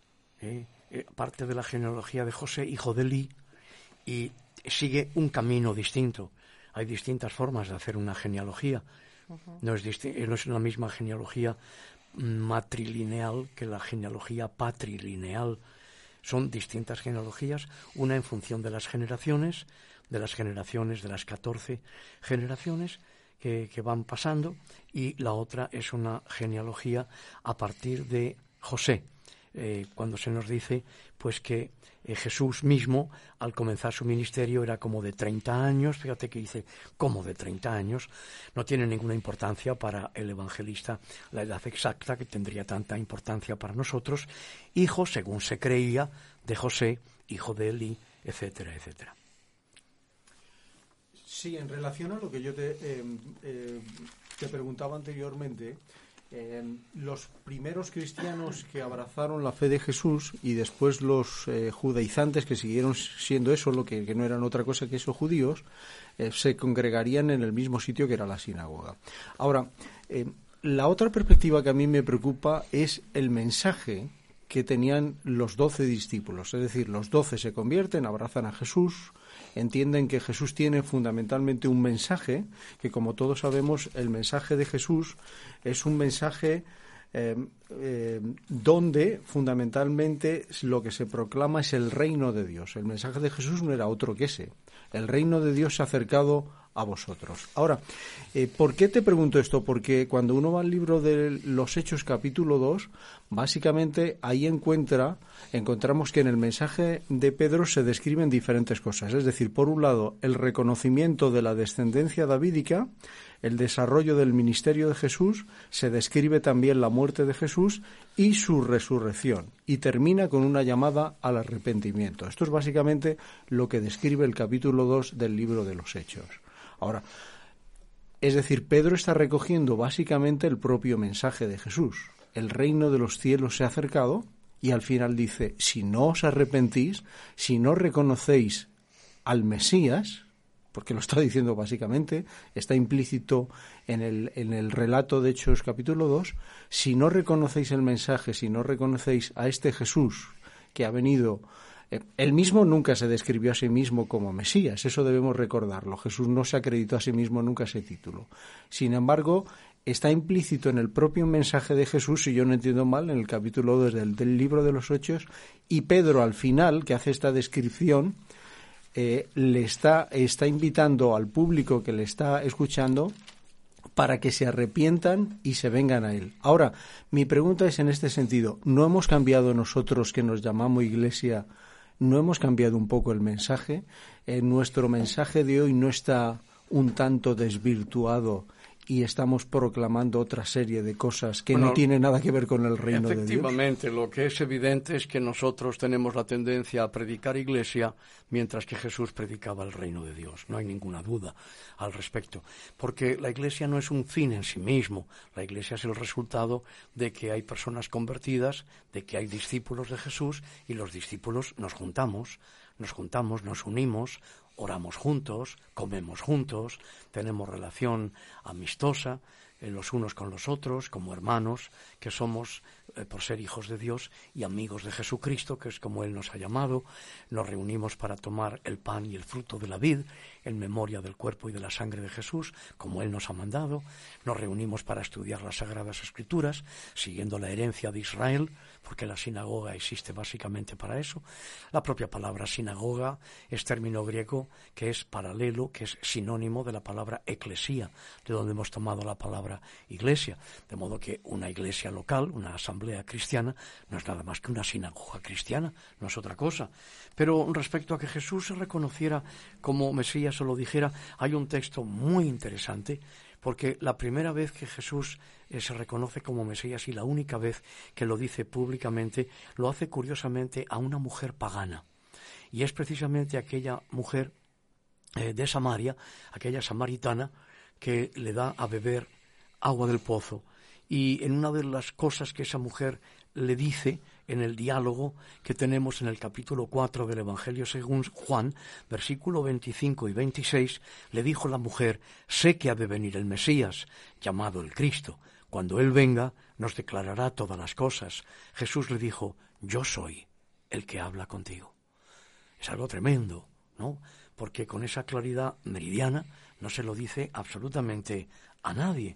parte de la genealogía de José, hijo de Eli, y sigue un camino distinto. Hay distintas formas de hacer una genealogía. Uh-huh. No es la misma genealogía matrilineal que la genealogía patrilineal. Son distintas genealogías, una en función de las generaciones, de las 14 generaciones que van pasando, y la otra es una genealogía a partir de José, cuando se nos dice pues que Jesús mismo, al comenzar su ministerio, era como de 30 años, fíjate que dice como de 30 años, no tiene ninguna importancia para el evangelista la edad exacta, que tendría tanta importancia para nosotros, hijo, según se creía, de José, hijo de Eli, etcétera, etcétera. Sí, en relación a lo que yo te preguntaba anteriormente, los primeros cristianos que abrazaron la fe de Jesús y después los judaizantes que siguieron siendo eso, lo que no eran otra cosa que esos judíos, se congregarían en el mismo sitio que era la sinagoga. Ahora, la otra perspectiva que a mí me preocupa es el mensaje que tenían los 12 discípulos. Es decir, los 12 se convierten, abrazan a Jesús, entienden que Jesús tiene fundamentalmente un mensaje, que como todos sabemos, el mensaje de Jesús es un mensaje donde fundamentalmente lo que se proclama es el reino de Dios. El mensaje de Jesús no era otro que ese. El reino de Dios se ha acercado a vosotros. Ahora, ¿por qué te pregunto esto? Porque cuando uno va al libro de los Hechos capítulo 2, básicamente ahí encontramos que en el mensaje de Pedro se describen diferentes cosas. Es decir, por un lado, el reconocimiento de la descendencia davídica, el desarrollo del ministerio de Jesús, se describe también la muerte de Jesús y su resurrección, y termina con una llamada al arrepentimiento. Esto es básicamente lo que describe el capítulo 2 del libro de los Hechos. Ahora, es decir, Pedro está recogiendo básicamente el propio mensaje de Jesús. El reino de los cielos se ha acercado, y al final dice, si no os arrepentís, si no reconocéis al Mesías, porque lo está diciendo básicamente, está implícito en el relato de Hechos capítulo 2, si no reconocéis el mensaje, si no reconocéis a este Jesús que ha venido, él mismo nunca se describió a sí mismo como Mesías, eso debemos recordarlo, Jesús no se acreditó a sí mismo nunca ese título. Sin embargo, está implícito en el propio mensaje de Jesús, si yo no entiendo mal, en el capítulo 2 del libro de los Hechos, y Pedro al final, que hace esta descripción, le está invitando al público que le está escuchando para que se arrepientan y se vengan a él. Ahora, mi pregunta es en este sentido, ¿no hemos cambiado nosotros que nos llamamos Iglesia no hemos cambiado un poco el mensaje. Nuestro mensaje de hoy no está un tanto desvirtuado y estamos proclamando otra serie de cosas que no tienen nada que ver con el reino de Dios. Efectivamente, lo que es evidente es que nosotros tenemos la tendencia a predicar iglesia mientras que Jesús predicaba el reino de Dios. No hay ninguna duda al respecto, porque la iglesia no es un fin en sí mismo. La iglesia es el resultado de que hay personas convertidas, de que hay discípulos de Jesús, y los discípulos nos juntamos, nos unimos, oramos juntos, comemos juntos, tenemos relación amistosa los unos con los otros, como hermanos que somos por ser hijos de Dios y amigos de Jesucristo, que es como Él nos ha llamado. Nos reunimos para tomar el pan y el fruto de la vid, en memoria del cuerpo y de la sangre de Jesús, como Él nos ha mandado. Nos reunimos para estudiar las Sagradas Escrituras, siguiendo la herencia de Israel, porque la sinagoga existe básicamente para eso. La propia palabra sinagoga es término griego que es paralelo, que es sinónimo de la palabra eclesía, de donde hemos tomado la palabra iglesia. De modo que una iglesia local, una asamblea cristiana, no es nada más que una sinagoga cristiana, no es otra cosa. Pero respecto a que Jesús se reconociera como Mesías o lo dijera, hay un texto muy interesante, porque la primera vez que Jesús se reconoce como Mesías y la única vez que lo dice públicamente, lo hace curiosamente a una mujer pagana. Y es precisamente aquella mujer de Samaria, aquella samaritana, que le da a beber agua del pozo. Y en una de las cosas que esa mujer le dice en el diálogo que tenemos en el capítulo 4 del Evangelio según Juan, versículo 25 y 26, le dijo la mujer: sé que ha de venir el Mesías, llamado el Cristo. Cuando Él venga, nos declarará todas las cosas. Jesús le dijo: yo soy el que habla contigo. Es algo tremendo, ¿no? Porque con esa claridad meridiana no se lo dice absolutamente a nadie.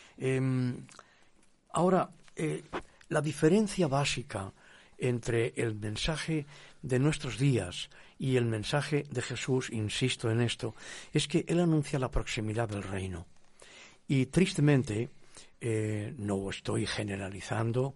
Ahora, la diferencia básica entre el mensaje de nuestros días y el mensaje de Jesús, insisto en esto, es que Él anuncia la proximidad del reino. Y tristemente, no estoy generalizando,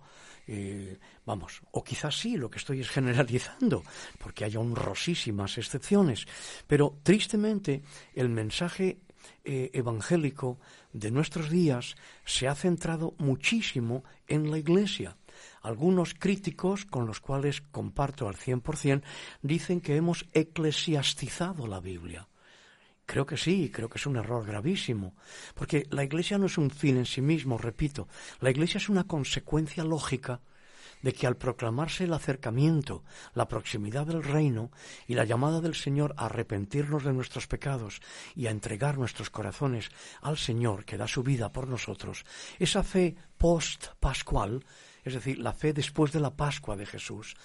o quizás sí, lo que estoy es generalizando, porque hay honrosísimas excepciones, pero tristemente el mensaje evangélico de nuestros días se ha centrado muchísimo en la Iglesia. Algunos críticos, con los cuales comparto al 100%, dicen que hemos eclesiastizado la Biblia. Creo que sí, creo que es un error gravísimo, porque la Iglesia no es un fin en sí mismo, repito, la Iglesia es una consecuencia lógica de que al proclamarse el acercamiento, la proximidad del reino y la llamada del Señor a arrepentirnos de nuestros pecados y a entregar nuestros corazones al Señor que da su vida por nosotros, esa fe post-pascual, es decir, la fe después de la Pascua de Jesús,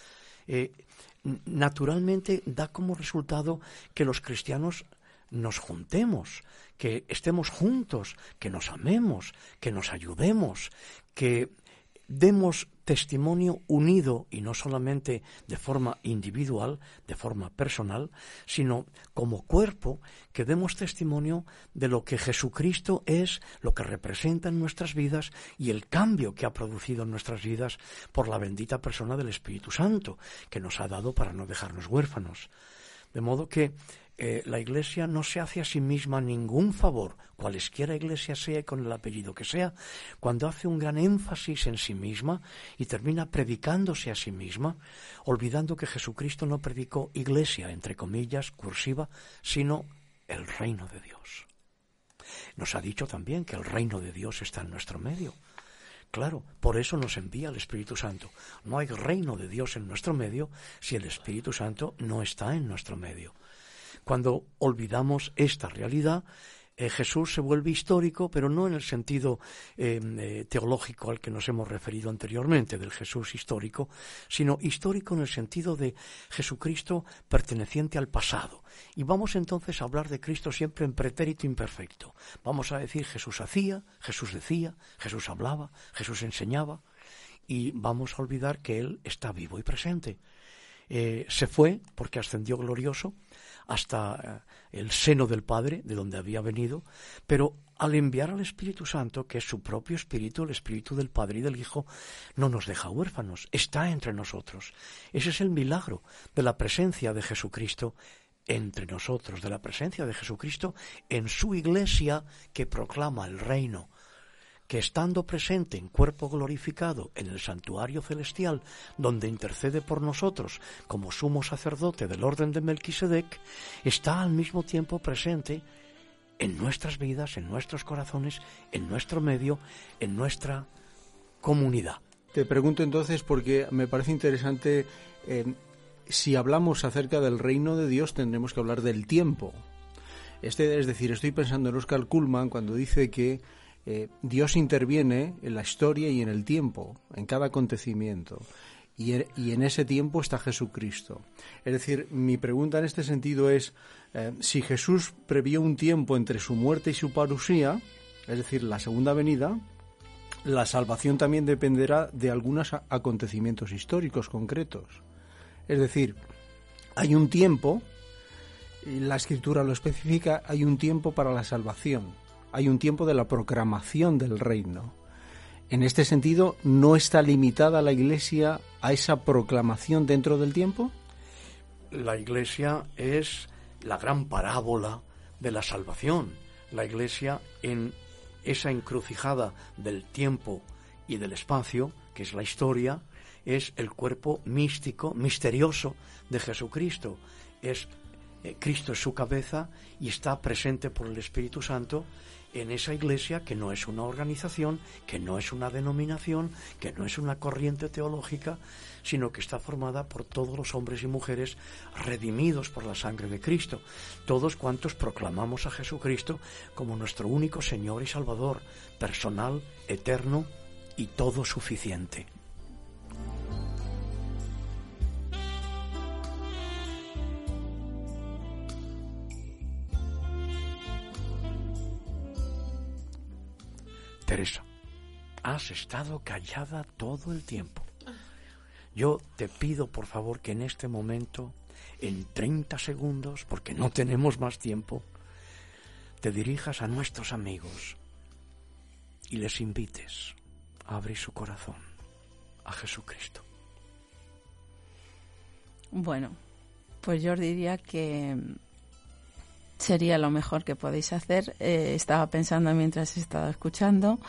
naturalmente da como resultado que los cristianos nos juntemos, que estemos juntos, que nos amemos, que nos ayudemos, que demos testimonio unido y no solamente de forma individual, de forma personal, sino como cuerpo, que demos testimonio de lo que Jesucristo es, lo que representa en nuestras vidas y el cambio que ha producido en nuestras vidas por la bendita persona del Espíritu Santo, que nos ha dado para no dejarnos huérfanos. De modo que la Iglesia no se hace a sí misma ningún favor, cualesquiera iglesia sea y con el apellido que sea, cuando hace un gran énfasis en sí misma y termina predicándose a sí misma, olvidando que Jesucristo no predicó iglesia, entre comillas, cursiva, sino el reino de Dios. Nos ha dicho también que el reino de Dios está en nuestro medio. Claro, por eso nos envía el Espíritu Santo. No hay reino de Dios en nuestro medio si el Espíritu Santo no está en nuestro medio. Cuando olvidamos esta realidad, Jesús se vuelve histórico, pero no en el sentido teológico al que nos hemos referido anteriormente, del Jesús histórico, sino histórico en el sentido de Jesucristo perteneciente al pasado. Y vamos entonces a hablar de Cristo siempre en pretérito imperfecto. Vamos a decir Jesús hacía, Jesús decía, Jesús hablaba, Jesús enseñaba, y vamos a olvidar que Él está vivo y presente. se fue, porque ascendió glorioso, hasta el seno del Padre, de donde había venido, pero al enviar al Espíritu Santo, que es su propio Espíritu, el Espíritu del Padre y del Hijo, no nos deja huérfanos, está entre nosotros. Ese es el milagro de la presencia de Jesucristo entre nosotros, de la presencia de Jesucristo en su Iglesia que proclama el reino, que estando presente en cuerpo glorificado en el santuario celestial, donde intercede por nosotros como sumo sacerdote del orden de Melquisedec, está al mismo tiempo presente en nuestras vidas, en nuestros corazones, en nuestro medio, en nuestra comunidad. Te pregunto entonces, porque me parece interesante, si hablamos acerca del reino de Dios, tendremos que hablar del tiempo. Es decir, estoy pensando en Oscar Cullmann cuando dice que Dios interviene en la historia y en el tiempo, en cada acontecimiento. Y en ese tiempo está Jesucristo. Es decir, mi pregunta en este sentido es, si Jesús previó un tiempo entre su muerte y su parusía, es decir, la segunda venida, la salvación también dependerá de algunos acontecimientos históricos concretos. Es decir, hay un tiempo, y la Escritura lo especifica, hay un tiempo para la salvación, hay un tiempo de la proclamación del reino. En este sentido, ¿no está limitada la Iglesia a esa proclamación dentro del tiempo? La Iglesia es la gran parábola de la salvación. La Iglesia, en esa encrucijada del tiempo y del espacio, que es la historia, es el cuerpo místico, misterioso de Jesucristo. Cristo es su cabeza y está presente por el Espíritu Santo en esa Iglesia, que no es una organización, que no es una denominación, que no es una corriente teológica, sino que está formada por todos los hombres y mujeres redimidos por la sangre de Cristo, todos cuantos proclamamos a Jesucristo como nuestro único Señor y Salvador, personal, eterno y todo suficiente. Teresa, has estado callada todo el tiempo. Yo te pido, por favor, que en este momento, en 30 segundos, porque no tenemos más tiempo, te dirijas a nuestros amigos y les invites a abrir su corazón a Jesucristo. Bueno, pues yo os diría que sería lo mejor que podéis hacer. Estaba pensando mientras estaba escuchando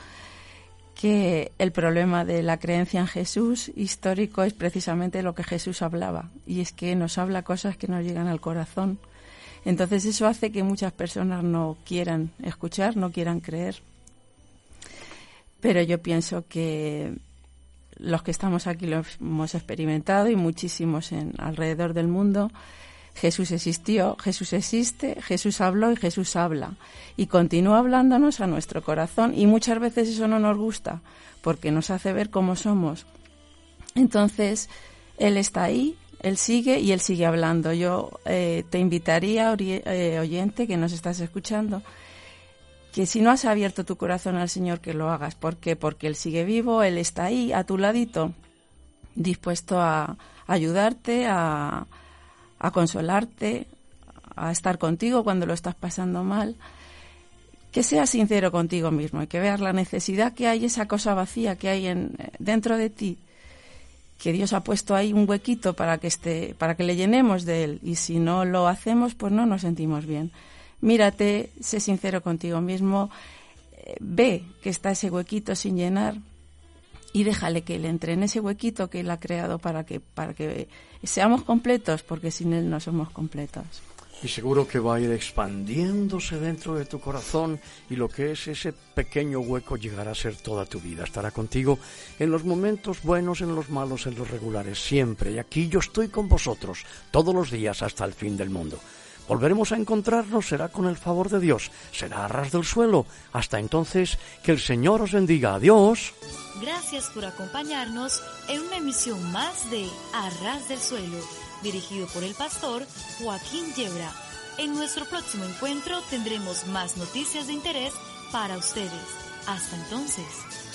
que el problema de la creencia en Jesús histórico es precisamente lo que Jesús hablaba, y es que nos habla cosas que nos llegan al corazón. Entonces eso hace que muchas personas no quieran escuchar, no quieran creer. Pero yo pienso que los que estamos aquí lo hemos experimentado, y muchísimos alrededor del mundo. Jesús existió, Jesús existe, Jesús habló y Jesús habla. Y continúa hablándonos a nuestro corazón, y muchas veces eso no nos gusta porque nos hace ver cómo somos. Entonces, Él está ahí, Él sigue y Él sigue hablando. Yo te invitaría, oyente que nos estás escuchando, que si no has abierto tu corazón al Señor, que lo hagas. ¿Por qué? Porque Él sigue vivo, Él está ahí, a tu ladito, dispuesto a ayudarte, a consolarte, a estar contigo cuando lo estás pasando mal. Que seas sincero contigo mismo y que veas la necesidad que hay, esa cosa vacía que hay dentro de ti, que Dios ha puesto ahí un huequito para que le llenemos de Él, y si no lo hacemos, pues no nos sentimos bien. Mírate, sé sincero contigo mismo, ve que está ese huequito sin llenar y déjale que Él entre en ese huequito que Él ha creado para que seamos completos, porque sin Él no somos completos. Y seguro que va a ir expandiéndose dentro de tu corazón, y lo que es ese pequeño hueco llegará a ser toda tu vida. Estará contigo en los momentos buenos, en los malos, en los regulares, siempre. Y aquí yo estoy con vosotros todos los días hasta el fin del mundo. Volveremos a encontrarnos, será con el favor de Dios, será a ras del suelo. Hasta entonces, que el Señor os bendiga. Adiós. Gracias por acompañarnos en una emisión más de A Ras del Suelo, dirigido por el pastor Joaquín Yebra. En nuestro próximo encuentro tendremos más noticias de interés para ustedes. Hasta entonces.